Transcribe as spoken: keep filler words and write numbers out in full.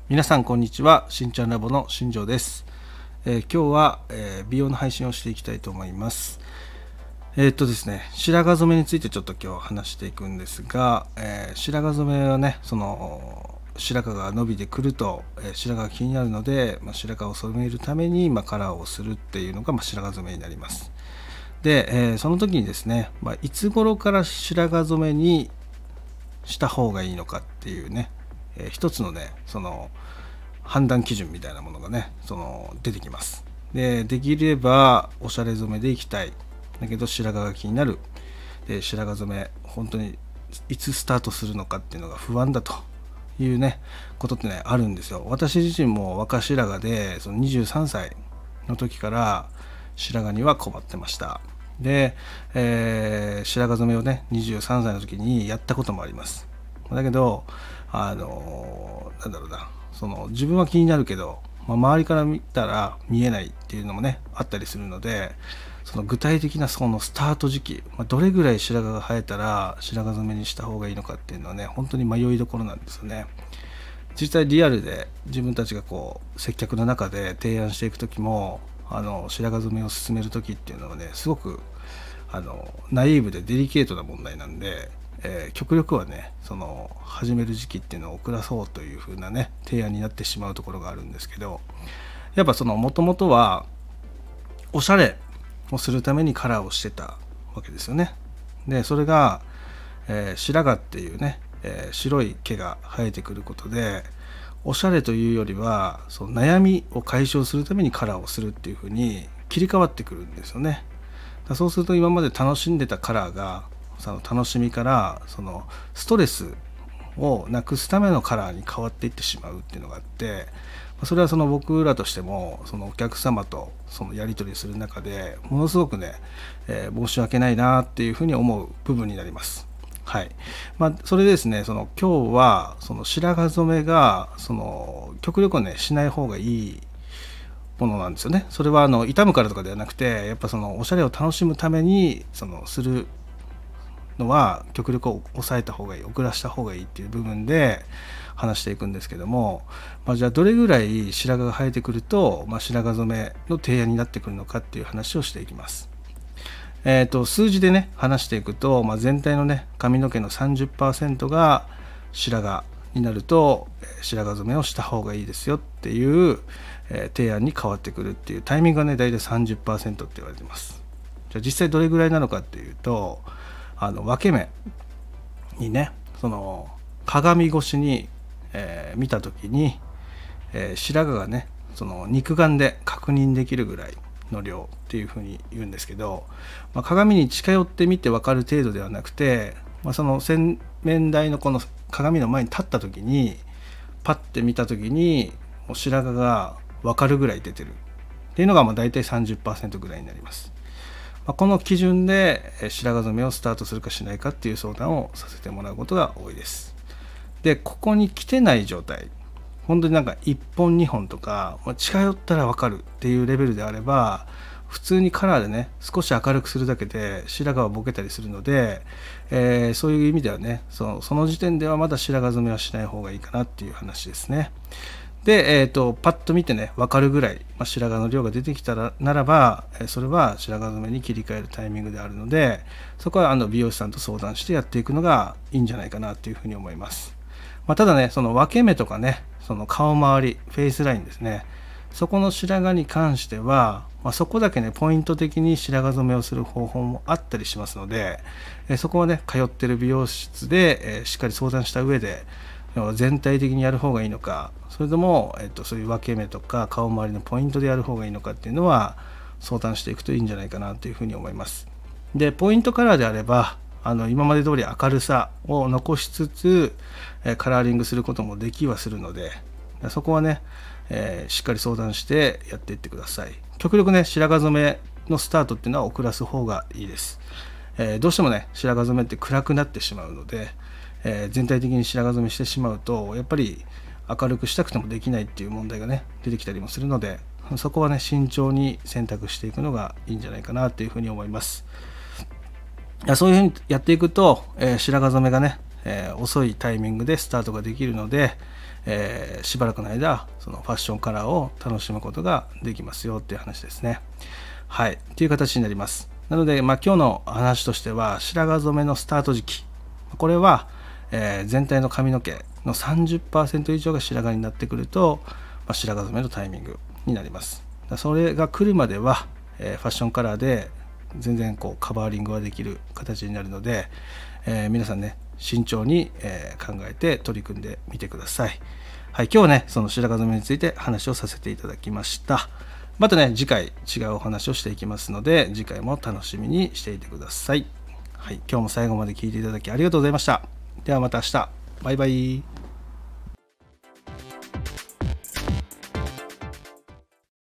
皆さんこんにちは。しんちゃんラボの新庄です。えー今日は、えー美容の配信をしていきたいと思います。えーっとですね、白髪染めについてちょっと今日話していくんですが、えー白髪染めはね、その白髪が伸びてくると、えー白髪が気になるので、まあ、白髪を染めるために、まあ、カラーをするっていうのが、まあ、白髪染めになります。で、えーその時にですね、まあ、いつ頃から白髪染めにした方がいいのかっていうね、えー一つのね、その判断基準みたいなものがね、その出てきます。で、できればおしゃれ染めでいきたい。だけど白髪が気になる。で、白髪染め、本当にいつスタートするのかっていうのが不安だというね、ことってね、あるんですよ。私自身も若白髪で、そのにじゅうさんさいの時から白髪には困ってました。で、えー白髪染めをね、にじゅうさんさいの時にやったこともあります。だけど、あのなんだろうな、その自分は気になるけど、まあ、周りから見たら見えないっていうのもねあったりするので、その具体的なそのスタート時期、まあ、どれぐらい白髪が生えたら白髪染めにした方がいいのかっていうのはね、本当に迷いどころなんですよね。実際リアルで自分たちがこう接客の中で提案していく時も、あの白髪染めを進める時っていうのはね、すごくあのナイーブでデリケートな問題なんで、えー極力はね、その始める時期っていうのを遅らそうという風なね提案になってしまうところがあるんですけど、やっぱそのもともとはおしゃれをするためにカラーをしてたわけですよね。でそれが、えー白髪っていうね、えー白い毛が生えてくることで、おしゃれというよりはその悩みを解消するためにカラーをするっていう風に切り替わってくるんですよね。だそうすると今まで楽しんでたカラーが、その楽しみからそのストレスをなくすためのカラーに変わっていってしまうっていうのがあって、それはその僕らとしてもそのお客様とそのやり取りする中でものすごくね、えー申し訳ないなっていうふうに思う部分になります。はい。まあ、それでですね、その今日はその白髪染めがその極力ねしない方がいいものなんですよね。それはあの傷むからとかではなくて、やっぱそのおしゃれを楽しむためにそのするのは極力を抑えた方がいい、遅らした方がいいっていう部分で話していくんですけども、まあ、じゃあどれぐらい白髪が生えてくると、まあ、白髪染めの提案になってくるのかっていう話をしていきます。えー、と数字でね話していくと、まあ、全体のね髪の毛のさんじゅっパーセントが白髪になると、えー白髪染めをした方がいいですよっていう、えー提案に変わってくるっていうタイミングがね大体 さんじゅっパーセント って言われてます。じゃあ実際どれぐらいなのかっていうと、あの分け目にね、その鏡越しに、えー見た時に、えー白髪がねその肉眼で確認できるぐらいの量っていうふうに言うんですけど、まあ、鏡に近寄って見て分かる程度ではなくて、まあ、その洗面台のこの鏡の前に立った時にパッて見た時にもう白髪が分かるぐらい出てるっていうのがまあ大体 さんじゅっパーセント ぐらいになります。まあ、この基準で白髪染めをスタートするかしないかっていう相談をさせてもらうことが多いです。でここに来てない状態、本当になんかいっぽんにほんとか、まあ、近寄ったら分かるっていうレベルであれば、普通にカラーでね少し明るくするだけで白髪はぼけたりするので、えーそういう意味ではね、そのその時点ではまだ白髪染めはしない方がいいかなっていう話ですね。で、えー、とパッと見てね分かるぐらい、まあ、白髪の量が出てきたらならば、えーそれは白髪染めに切り替えるタイミングであるので、そこはあの美容師さんと相談してやっていくのがいいんじゃないかなというふうに思います。まあ、ただね、その分け目とかね、その顔周り、フェイスラインですね、そこの白髪に関しては、まあ、そこだけね、ポイント的に白髪染めをする方法もあったりしますので、えそこはね、通ってる美容室で、えしっかり相談した上で、全体的にやる方がいいのか、それとも、えっと、そういう分け目とか顔周りのポイントでやる方がいいのかっていうのは、相談していくといいんじゃないかなというふうに思います。で、ポイントカラーであれば、あの今まで通り明るさを残しつつ、えカラーリングすることもできはするので、そこはね、えーしっかり相談してやっていってください。極力ね、白髪染めのスタートっていうのは遅らす方がいいです。えーどうしてもね、白髪染めって暗くなってしまうので、えー全体的に白髪染めしてしまうと、やっぱり明るくしたくてもできないっていう問題がね、出てきたりもするので、そこはね、慎重に選択していくのがいいんじゃないかなというふうに思います。いやそういうふうにやっていくと、えー白髪染めがね、 えー、遅いタイミングでスタートができるので、えー、しばらくの間そのファッションカラーを楽しむことができますよっていう話ですね。はいっていう形になります。なので、まあ、今日の話としては白髪染めのスタート時期、これは、えー、全体の髪の毛の さんじゅっパーセント 以上が白髪になってくると、まあ、白髪染めのタイミングになります。それが来るまでは、えー、ファッションカラーで全然こうカバーリングができる形になるので、えー、皆さんね慎重に、えー、考えて取り組んでみてください。はい、今日はねその白髪染めについて話をさせていただきました。またね次回違うお話をしていきますので、次回も楽しみにしていてください。はい、今日も最後まで聞いていただきありがとうございました。ではまた明日。バイバイ。